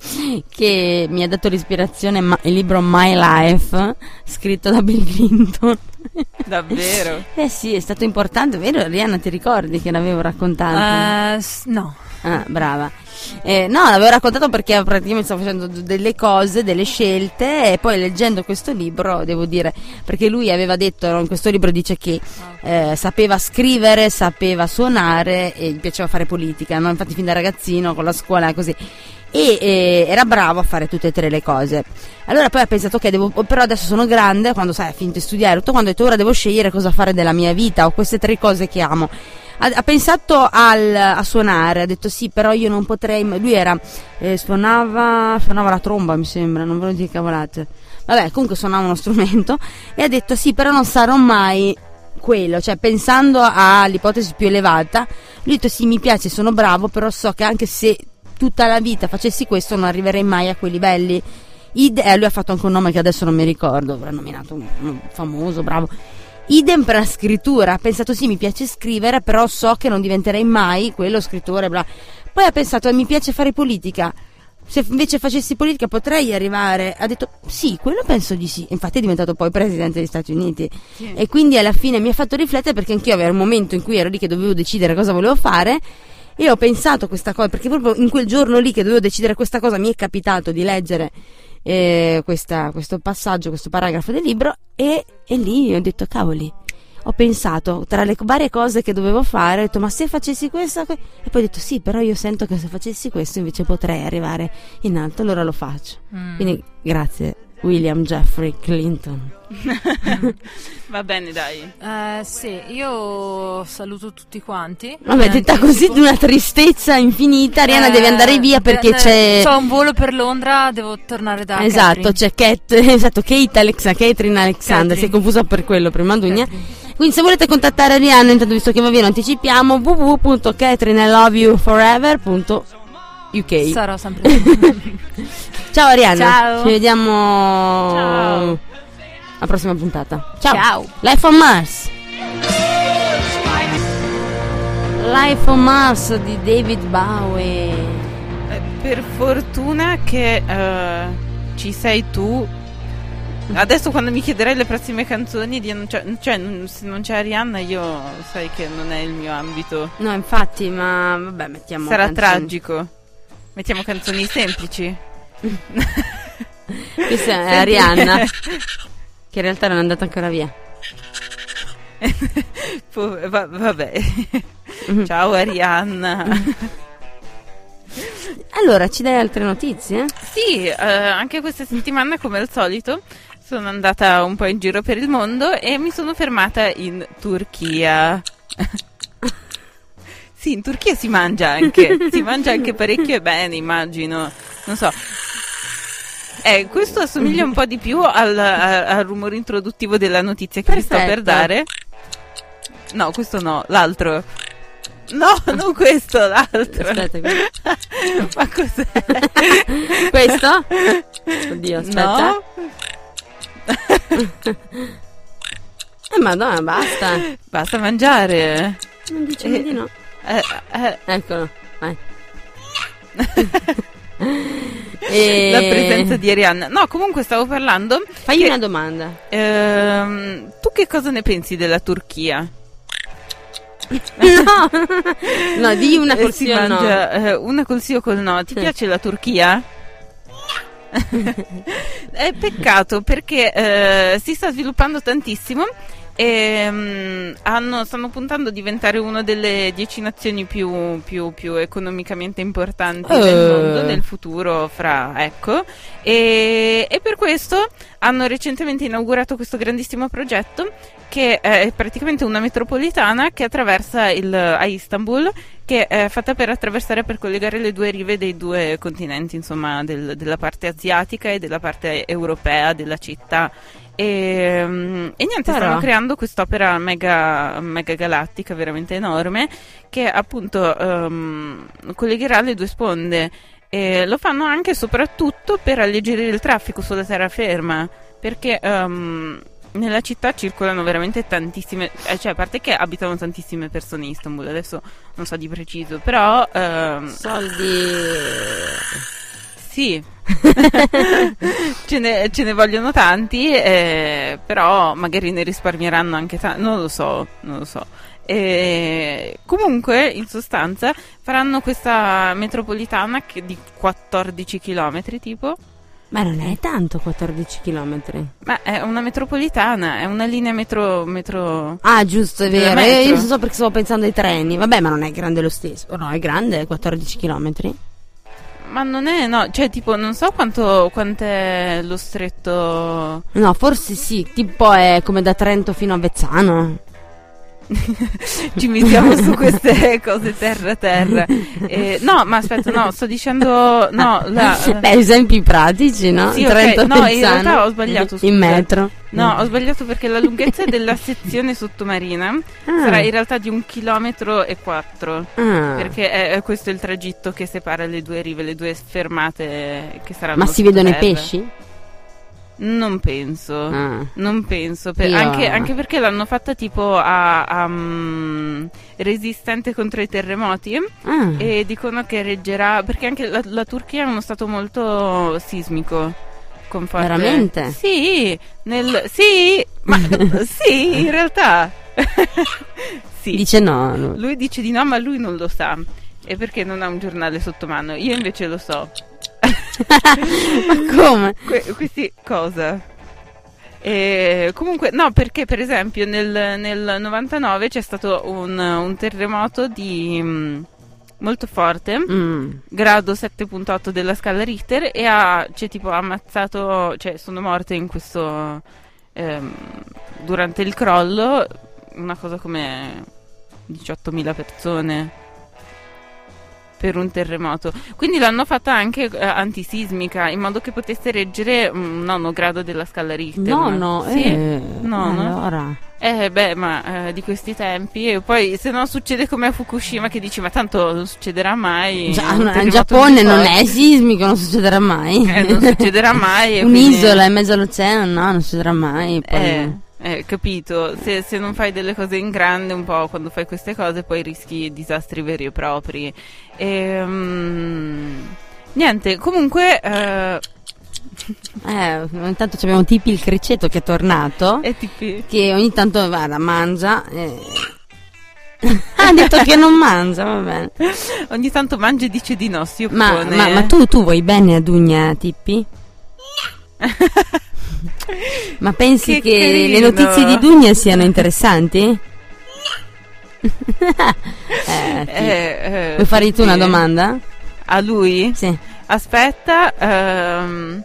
A: che mi ha dato l'ispirazione ma- il libro My Life, scritto da Bill Clinton.
C: Davvero?
A: Eh sì, è stato importante, vero Rihanna, ti ricordi che l'avevo raccontato?
B: Eh, s- no.
A: Ah, brava. Eh, no, l'avevo raccontato perché praticamente stavo facendo d- delle cose, delle scelte e poi leggendo questo libro, devo dire, perché lui aveva detto, no, in questo libro dice che eh, sapeva scrivere, sapeva suonare e gli piaceva fare politica, no? Infatti fin da ragazzino con la scuola così. E eh, era bravo a fare tutte e tre le cose. Allora poi ha pensato ok, devo, però adesso sono grande, quando sai, ha finito di studiare tutto, quando ha detto ora devo scegliere cosa fare della mia vita, ho queste tre cose che amo. Ha, ha pensato al, a suonare, ha detto sì, però io non potrei, lui era eh, suonava suonava la tromba, mi sembra, non ve lo dico cavolate. Vabbè, comunque suonava uno strumento e ha detto sì, però non sarò mai quello, cioè pensando all'ipotesi più elevata, lui ha detto sì, mi piace, sono bravo, però so che anche se tutta la vita facessi questo non arriverei mai a quei livelli. Id- eh, lui ha fatto anche un nome che adesso non mi ricordo, avrà nominato un, un famoso, bravo. Idem per la scrittura, ha pensato sì, mi piace scrivere, però so che non diventerei mai quello scrittore, bla. Poi ha pensato eh, mi piace fare politica, se invece facessi politica potrei arrivare, ha detto sì, quello penso di sì, infatti è diventato poi presidente degli Stati Uniti.
C: Sì.
A: E quindi alla fine mi ha fatto riflettere, perché anch'io avevo un momento in cui ero lì che dovevo decidere cosa volevo fare e ho pensato questa cosa, perché proprio in quel giorno lì che dovevo decidere questa cosa mi è capitato di leggere eh, questa, questo passaggio, questo paragrafo del libro e, e lì ho detto cavoli, ho pensato tra le varie cose che dovevo fare, ho detto ma se facessi questo que-" e poi ho detto sì, però io sento che se facessi questo invece potrei arrivare in alto, allora lo faccio.
B: Mm.
A: Quindi grazie William Jeffrey Clinton.
C: Va bene, dai.
B: Eh, sì, io saluto tutti quanti.
A: Vabbè, detta così di una tristezza infinita, Ariana
B: Eh,
A: deve andare via perché
B: eh,
A: c'è
B: c'ho un volo per Londra, devo tornare da
A: esatto,
B: Catherine.
A: c'è Cat, esatto, Kate Alexa, Catherine Alexander,
B: Catherine.
A: si è confusa per quello prima Dugna.
B: Catherine.
A: Quindi se volete contattare Ariana, intanto visto che va via lo anticipiamo, w w w punto catherine i love you forever punto u k.
B: Sarò sempre
A: Ciao Ariana,
B: Ciao.
A: ci vediamo
C: Ciao.
A: alla prossima puntata. Ciao.
B: Ciao.
A: Life on Mars. Life on Mars di David Bowie.
C: Eh, Per fortuna che eh, ci sei tu. Adesso quando mi chiederai le prossime canzoni di, cioè, cioè n- se non c'è Arianna io sai che non è il mio ambito.
A: No, infatti, ma vabbè, mettiamo
C: Sarà
A: canzoni.
C: tragico. Mettiamo canzoni semplici.
A: Questa è Arianna, che in realtà non è andata ancora via.
C: Po- va- vabbè. Ciao Arianna.
A: Allora, ci dai altre notizie?
C: Sì, eh, anche questa settimana come al solito sono andata un po' in giro per il mondo e mi sono fermata in Turchia. Sì, in Turchia si mangia anche, si mangia anche parecchio e bene, immagino. Non so. Eh, questo assomiglia un po' di più al, al, al rumore introduttivo della notizia che
D: Perfetto.
C: vi sto per dare. No, questo no, l'altro. No, non questo, l'altro.
D: Aspetta,
C: ma cos'è?
D: questo? Oddio, aspetta.
C: No.
D: Eh, madonna, basta.
C: Basta mangiare.
D: Non dicevi
C: Eh,
D: di no.
C: Eh, eh.
D: Eccolo, vai. E...
C: La presenza di Arianna. No, comunque stavo parlando.
D: Fai
C: che,
D: una domanda.
C: ehm, tu che cosa ne pensi della Turchia?
D: No, no, di una
C: Eh,
D: col
C: si
D: sì o no.
C: mangia, eh, una col sì o col no. Ti
D: Sì.
C: piace la Turchia? È peccato perché eh, si sta sviluppando tantissimo e um, hanno, stanno puntando a diventare una delle dieci nazioni più, più, più economicamente importanti
D: Eh.
C: del mondo nel futuro, fra ecco, e, e per questo hanno recentemente inaugurato questo grandissimo progetto che è praticamente una metropolitana che attraversa il, a Istanbul, che è fatta per attraversare, per collegare le due rive dei due continenti, insomma, del, della parte asiatica e della parte europea della città. E, mm, e niente,
D: Però-
C: stanno creando quest'opera mega, mega galattica, veramente enorme, che appunto ehm, collegherà le due sponde. E lo fanno anche e soprattutto per alleggerire il traffico sulla terraferma, perché ehm, nella città circolano veramente tantissime, eh, cioè a parte che abitano tantissime persone in Istanbul, adesso non so di preciso, però ehm,
D: Soldi.
C: sì, ce, ne, ce ne vogliono tanti, eh, però magari ne risparmieranno anche tanti, non lo so, non lo so. E comunque, in sostanza, faranno questa metropolitana che di quattordici chilometri tipo.
D: Ma non è tanto quattordici chilometri.
C: Ma è una metropolitana, è una linea metro... metro...
D: Ah, giusto, è
C: Della
D: vero.
C: metro.
D: Io non so perché stavo pensando ai treni. Vabbè, ma non è grande lo stesso. Oh, no, è grande, quattordici chilometri.
C: Ma non è, no, cioè tipo non so quanto quant'è lo stretto.
D: No, forse sì. Tipo è come da Trento fino a Vezzano.
C: Ci mettiamo su queste cose terra terra. Eh, no, ma aspetta, no, sto dicendo no, la,
D: Beh, esempi pratici, no?
C: Sì, ok,
D: Trento
C: no, in
D: Vezzano.
C: realtà ho sbagliato, scusa.
D: In metro.
C: No, ho sbagliato perché la lunghezza della sezione sottomarina
D: Ah.
C: sarà in realtà di un chilometro e quattro.
D: Ah.
C: Perché è, è questo il tragitto che separa le due rive, le due fermate che saranno.
D: Ma si vedono i
C: sottoterra.
D: pesci?
C: Non penso.
D: Ah.
C: Non penso, per-
D: Io-
C: anche, anche perché l'hanno fatta tipo a, a, mm, resistente contro i terremoti
D: Ah.
C: e dicono che reggerà, perché anche la, la Turchia è uno stato molto sismico. Con forte-
D: Veramente?
C: Sì, nel, sì, ma sì, in realtà. Sì.
D: Dice no. no.
C: Lui dice di no, ma lui non lo sa. E perché non ha un giornale sotto mano? Io invece lo so.
D: Ma come?
C: Que- questi cosa? E comunque no, perché per esempio nel, nel novantanove c'è stato un, un terremoto di mm, molto forte,
D: Mm.
C: grado sette virgola otto della scala Richter, e ha, cioè, tipo, ha ammazzato, cioè sono morte in questo ehm, durante il crollo una cosa come diciottomila persone per un terremoto. Quindi l'hanno fatta anche eh, antisismica, in modo che potesse reggere un nono grado della scala Richter.
D: No, no,
C: Sì.
D: eh,
C: No, no.
D: allora.
C: Eh beh, ma eh, di questi tempi, e poi se no succede come a Fukushima, che dici ma tanto non succederà mai.
D: Già,
C: un
D: il
C: terremoto
D: Giappone
C: così
D: non
C: forte.
D: è sismico, non succederà mai.
C: Eh, non succederà mai, e quindi-
D: Un'isola in mezzo all'oceano, no, non succederà mai. Poi...
C: Eh, eh, capito, se, se non fai delle cose in grande un po', quando fai queste cose poi rischi disastri veri e propri. Ehm, niente, comunque eh,
D: Eh, ogni tanto abbiamo Tipi il criceto che è tornato,
C: è tipi.
D: che ogni tanto guarda, mangia. E... ha detto che non mangia, va bene.
C: Ogni tanto mangia e dice di no, si
D: Ma,
C: oppone.
D: ma, ma tu, tu vuoi bene ad Ugna, Tippi? Ma pensi
C: Che
D: che,
C: carino.
D: le notizie di Dugna siano interessanti? eh, Tippi.
C: Eh, eh,
D: Vuoi fare tu una
C: sì.
D: domanda?
C: A lui?
D: Sì.
C: Aspetta, ehm,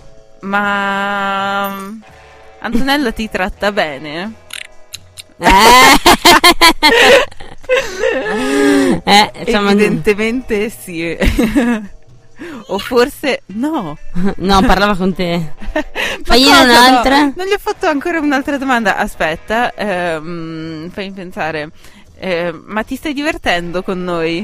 C: ma Antonella ti tratta bene?
D: Eh,
C: Evidentemente sì. O forse no.
D: No, parlava con te. Fai
C: cosa,
D: un'altra?
C: No, non gli ho fatto ancora un'altra domanda. Aspetta, ehm, fammi pensare. Eh, ma ti stai divertendo con noi?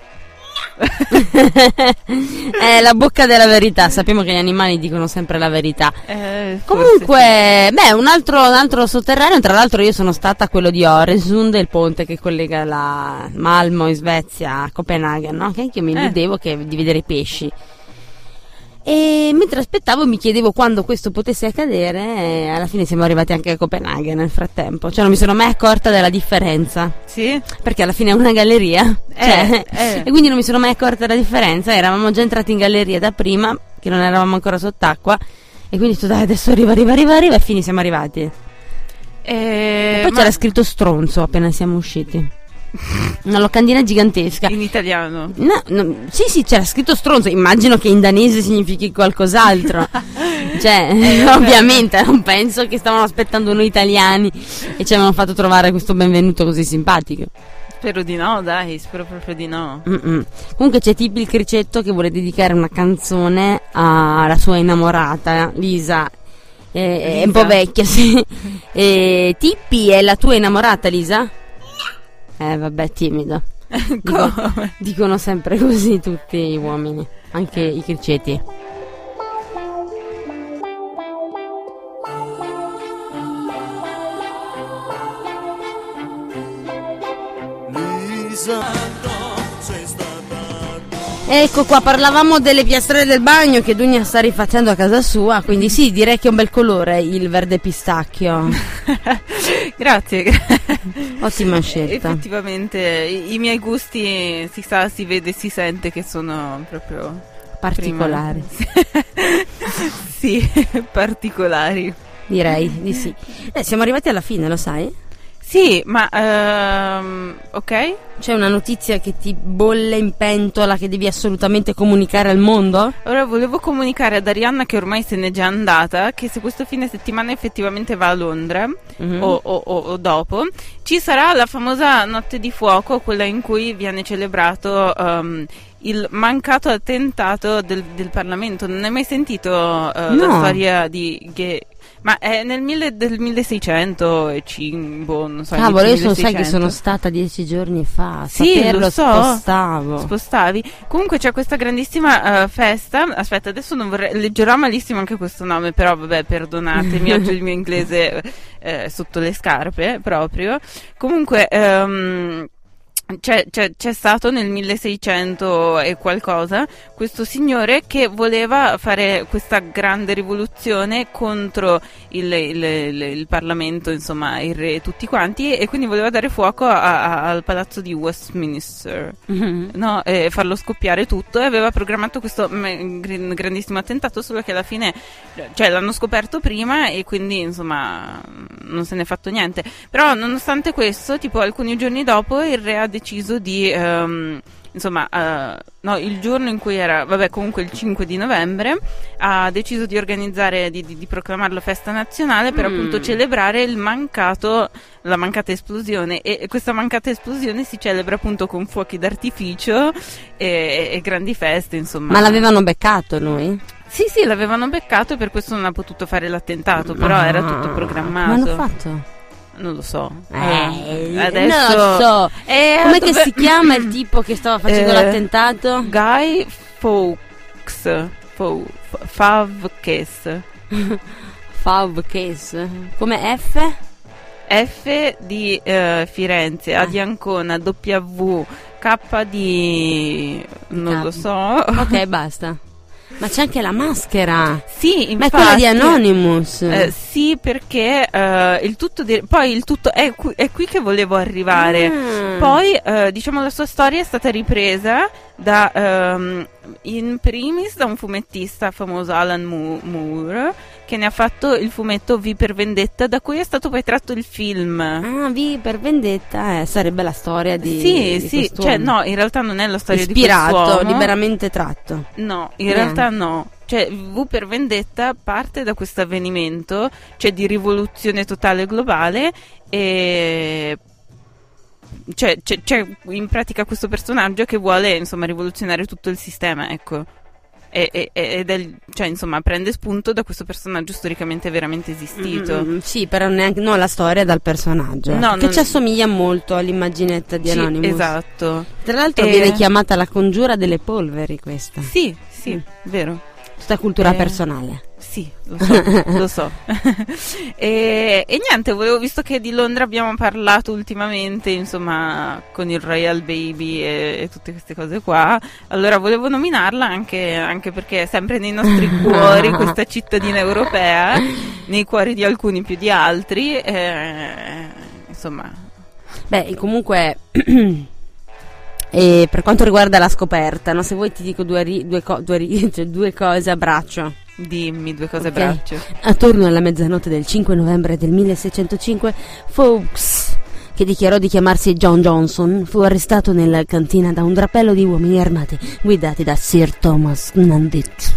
D: È la bocca della verità. Sappiamo che gli animali dicono sempre la verità.
C: Eh,
D: Comunque, sì. beh, un altro, un altro sotterraneo. Tra l'altro, io sono stata a quello di Øresund, il ponte che collega la Malmo in Svezia a Copenaghen, no? Che anche io mi illudevo eh. che di vedere i pesci. E mentre aspettavo mi chiedevo quando questo potesse accadere, e alla fine siamo arrivati anche a Copenaghen nel frattempo, cioè non mi sono mai accorta della differenza.
C: Sì?
D: Perché alla fine è una galleria,
C: eh,
D: cioè,
C: eh.
D: e quindi non mi sono mai accorta della differenza, eravamo già entrati in galleria da prima, che non eravamo ancora sott'acqua, e quindi ho detto dai adesso arriva, arriva, arriva, arriva, e fine siamo arrivati.
C: Eh,
D: e poi
C: ma...
D: c'era scritto stronzo appena siamo usciti. Una locandina gigantesca
C: in italiano.
D: No, no, sì sì c'era scritto stronzo, immagino che in danese significhi qualcos'altro. Cioè eh, ovviamente non penso che stavano aspettando noi italiani e ci avevano fatto trovare questo benvenuto così simpatico.
C: Spero di no, dai, spero proprio di no.
D: Mm-mm. Comunque c'è Tippi il cricetto che vuole dedicare una canzone alla sua innamorata Lisa. Eh, Lisa. È un po' vecchia, sì. E Tippi è la tua innamorata, Lisa? Eh vabbè, timido. Dico, dicono sempre così tutti gli uomini, anche i criceti. Ecco qua, parlavamo delle piastrelle del bagno che Dunia sta rifacendo a casa sua, quindi sì, direi che è un bel colore il verde pistacchio.
C: Grazie.
D: Ottima scelta.
C: Effettivamente i, i miei gusti si sa, si vede, si sente che sono proprio
D: particolari.
C: Sì, particolari.
D: Direi di sì. Eh, siamo arrivati alla fine, lo sai?
C: Sì, ma um, ok.
D: C'è una notizia che ti bolle in pentola che devi assolutamente comunicare al mondo?
C: Ora volevo comunicare ad Arianna, che ormai se n'è già andata, che se questo fine settimana effettivamente va a Londra mm-hmm. o, o, o, o dopo, ci sarà la famosa Notte di Fuoco, quella in cui viene celebrato um, il mancato attentato del, del Parlamento. Non hai mai sentito uh,
D: no.
C: la storia di... Ge- Ma è nel mille, del milleseicento, non so.
D: Cavolo, io so, sai che sono stata dieci giorni fa.
C: Sì,
D: saperlo,
C: lo so.
D: Spostavo.
C: Spostavi. Comunque c'è questa grandissima uh, festa. Aspetta, adesso non vorrei. Leggerò malissimo anche questo nome, però vabbè, perdonatemi. Oggi il mio inglese è sotto le scarpe proprio. Comunque. Um, C'è, c'è, c'è stato nel milleseicento e qualcosa questo signore che voleva fare questa grande rivoluzione contro il, il, il, il Parlamento, insomma il re e tutti quanti, e quindi voleva dare fuoco a, a, al palazzo di Westminster, mm-hmm. no? E farlo scoppiare tutto, e aveva programmato questo m- grandissimo attentato, solo che alla fine, cioè, l'hanno scoperto prima e quindi insomma non se n'è fatto niente. Però nonostante questo, tipo alcuni giorni dopo, il re ha deciso di um, insomma uh, no, il giorno in cui era, vabbè, comunque il cinque di novembre ha deciso di organizzare, di, di, di proclamarlo festa nazionale per mm. appunto celebrare il mancato la mancata esplosione, e, e questa mancata esplosione si celebra appunto con fuochi d'artificio e, e grandi feste, insomma.
D: Ma l'avevano beccato lui?
C: Sì, sì, l'avevano beccato e per questo non ha potuto fare l'attentato, però ah, era tutto programmato.
D: Ma hanno fatto?
C: Non lo so.
D: Eh,
C: adesso
D: non lo so.
C: Eh,
D: Com'è
C: dove...
D: che si chiama il tipo che stava facendo
C: eh,
D: l'attentato?
C: Guy Fawkes. Fo- Favkes.
D: Favkes. Come F?
C: F di uh, Firenze, A di Ancona, W, K di... non K. lo so.
D: Ok, basta. Ma c'è anche la maschera.
C: Sì, infatti.
D: Ma è quella di Anonymous.
C: Eh, sì, perché uh, il tutto di, poi il tutto è qui, è qui che volevo arrivare. Mm. Poi uh, diciamo la sua storia è stata ripresa da um, in primis da un fumettista famoso, Alan Moore, che ne ha fatto il fumetto V per Vendetta, da cui è stato poi tratto il film.
D: Ah, V per Vendetta, eh, sarebbe la storia di
C: Sì,
D: di
C: sì, cioè no, in realtà non è la storia
D: ispirato,
C: di quest'uomo.
D: liberamente tratto.
C: No, in yeah. realtà no. Cioè, V per Vendetta parte da questo avvenimento, cioè di rivoluzione totale globale, e cioè c'è, c'è in pratica questo personaggio che vuole insomma rivoluzionare tutto il sistema, ecco. E, e, ed è, cioè insomma prende spunto da questo personaggio storicamente veramente esistito.
D: Mm, sì, però neanche no, la storia dal personaggio, no, che non... ci assomiglia molto all'immaginetta di Anonymous.
C: Sì, esatto.
D: Tra l'altro e... viene chiamata la congiura delle polveri questa.
C: Sì, sì, mm. vero.
D: Tutta cultura
C: eh...
D: personale.
C: Sì, lo so, lo so. e, e niente, volevo, visto che di Londra abbiamo parlato ultimamente, insomma, con il Royal Baby e, e tutte queste cose qua, allora volevo nominarla anche, anche perché è sempre nei nostri cuori questa cittadina europea, nei cuori di alcuni più di altri, eh, insomma.
D: Beh, comunque... E per quanto riguarda la scoperta, no? Se vuoi ti dico due, ri- due, co- due, ri- cioè due cose a braccio.
C: Dimmi due cose
D: okay.
C: a braccio.
D: Attorno alla mezzanotte del cinque novembre del milleseicentocinque, Fawkes, che dichiarò di chiamarsi John Johnson, fu arrestato nella cantina da un drappello di uomini armati guidati da Sir Thomas Nandit.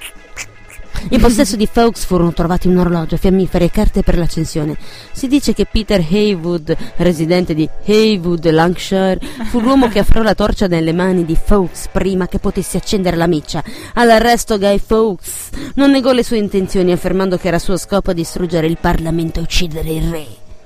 D: In possesso di Fawkes furono trovati un orologio, fiammiferi e carte per l'accensione. Si dice che Peter Heywood, residente di Heywood, Lancashire, fu l'uomo che afferrò la torcia nelle mani di Fawkes prima che potesse accendere la miccia. All'arresto Guy Fawkes non negò le sue intenzioni, affermando che era suo scopo distruggere il Parlamento e uccidere il re.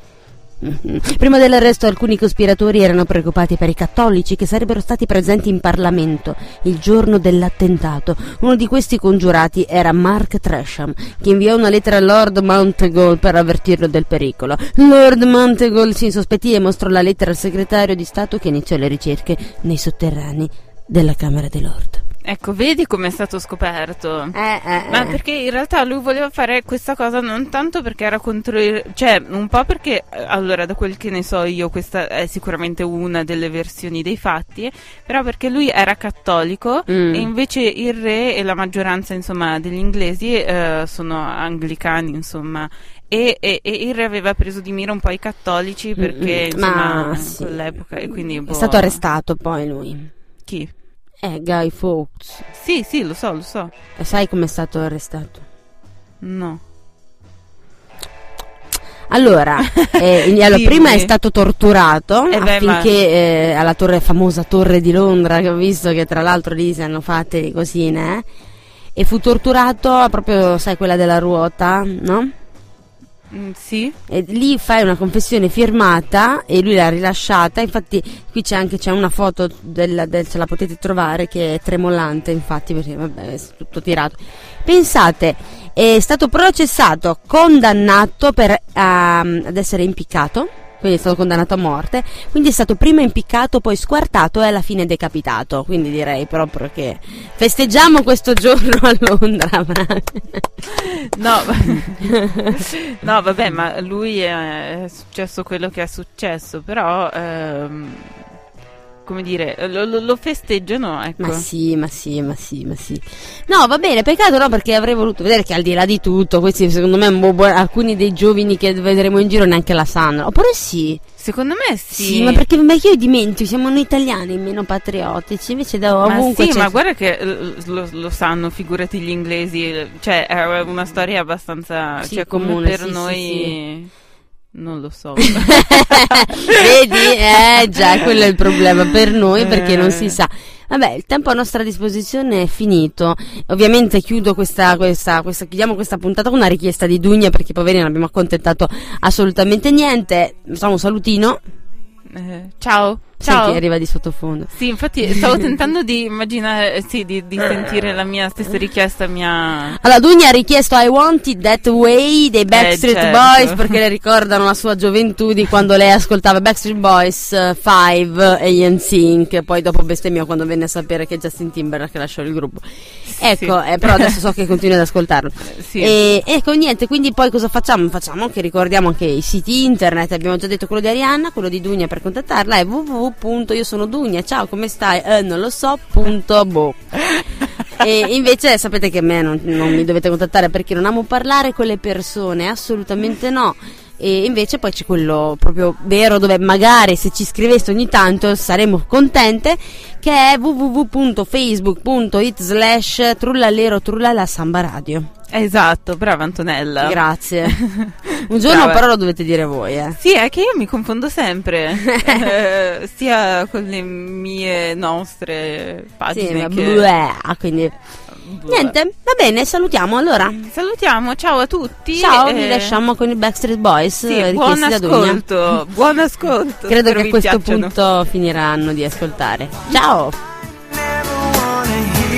D: Prima dell'arresto alcuni cospiratori erano preoccupati per i cattolici che sarebbero stati presenti in Parlamento il giorno dell'attentato. Uno di questi congiurati era Mark Tresham, che inviò una lettera a Lord Monteagle per avvertirlo del pericolo. Lord Monteagle si insospettì e mostrò la lettera al segretario di Stato, che iniziò le ricerche nei sotterranei della Camera dei Lord.
C: Ecco, vedi come è stato scoperto.
D: Eh, eh,
C: Ma
D: eh.
C: perché in realtà lui voleva fare questa cosa non tanto perché era contro il... cioè, un po' perché, allora, da quel che ne so io, questa è sicuramente una delle versioni dei fatti, però perché lui era cattolico
D: Mm.
C: e invece il re e la maggioranza, insomma, degli inglesi eh, sono anglicani, insomma. E, e, e il re aveva preso di mira un po' i cattolici perché,
D: Mm,
C: insomma,
D: ma
C: in
D: sì.
C: quell'epoca, e quindi... boh.
D: È stato arrestato poi lui.
C: Chi?
D: Eh, Guy Fawkes.
C: Sì, sì, lo so, lo so.
D: E sai come è stato arrestato?
C: No.
D: Allora, eh, allora
C: Dimmi.
D: prima è stato torturato
C: Eh beh,
D: affinché eh, alla torre, famosa torre di Londra, che ho visto che tra l'altro lì si hanno fatte di cosine, eh, e fu torturato proprio, sai, quella della ruota, no?
C: Mm, sì.
D: E lì fai una confessione firmata e lui l'ha rilasciata. Infatti qui c'è anche c'è una foto del, del, ce la potete trovare, che è tremolante, infatti, perché vabbè è tutto tirato. Pensate, è stato processato, condannato per um, ad essere impiccato, quindi è stato condannato a morte, quindi è stato prima impiccato, poi squartato e alla fine decapitato. Quindi direi proprio che festeggiamo questo giorno a Londra.
C: No, no, vabbè, ma lui è, è successo quello che è successo, però ehm, come dire, lo, lo, lo festeggiano, ecco.
D: Ma sì, ma sì, ma sì, ma sì. No, va bene, peccato no, perché avrei voluto vedere che al di là di tutto, questi secondo me boh, alcuni dei giovani che vedremo in giro neanche la sanno. Oppure sì.
C: Secondo me sì.
D: Sì, ma perché, perché io dimentico, siamo noi italiani meno patriottici, invece da
C: ma
D: ovunque
C: sì,
D: c'è...
C: ma guarda che lo, lo sanno, figurati gli inglesi, cioè è una storia abbastanza,
D: sì,
C: cioè come
D: comune,
C: per
D: sì,
C: noi...
D: sì, sì.
C: Non lo so.
D: Vedi? Eh già, quello è il problema per noi, perché non si sa. Vabbè, il tempo a nostra disposizione è finito. Ovviamente chiudo questa, questa, questa, chiudiamo questa puntata con una richiesta di Dugna, perché poveri non abbiamo accontentato assolutamente niente. Facciamo un salutino.
C: Eh, ciao. Ciao.
D: Senti, arriva di sottofondo.
C: Sì, infatti stavo tentando di immaginare, sì, di, di sentire la mia stessa richiesta, mia...
D: Allora, Dugna ha richiesto I Want It That Way dei Backstreet
C: eh, certo.
D: Boys, perché le ricordano la sua gioventù di quando lei ascoltava Backstreet Boys, Five e N Sync. Poi dopo bestemmiò quando venne a sapere che Justin Timberlake lasciò il gruppo. Ecco,
C: sì.
D: eh, però adesso so che continui ad ascoltarlo.
C: Sì.
D: E ecco, niente, quindi poi cosa facciamo? Facciamo che ricordiamo anche i siti internet. Abbiamo già detto quello di Arianna, quello di Dugna per contattarla è w w w punto io sono Dugna, ciao, come stai? Eh, non lo so, punto boh. E invece sapete che a me non, non mi dovete contattare perché non amo parlare con le persone, assolutamente no. E invece poi c'è quello proprio vero, dove magari se ci scriveste ogni tanto saremo contente, che è w w w punto facebook punto it slash trullalero trullala samba radio.
C: Esatto, brava Antonella.
D: Grazie. Un giorno
C: Brava.
D: però lo dovete dire voi, eh.
C: Sì, è che io mi confondo sempre, eh, sia con le mie nostre pagine
D: Sì,
C: che...
D: bleh, quindi niente, va bene, salutiamo allora.
C: Salutiamo, ciao a tutti.
D: Ciao,
C: eh,
D: vi lasciamo con i Backstreet Boys.
C: Sì,
D: eh,
C: buon
D: richiesti da Dunia.
C: ascolto, buon ascolto.
D: Credo
C: spero
D: che a
C: vi
D: questo
C: piacciono.
D: punto finiranno di ascoltare. Ciao.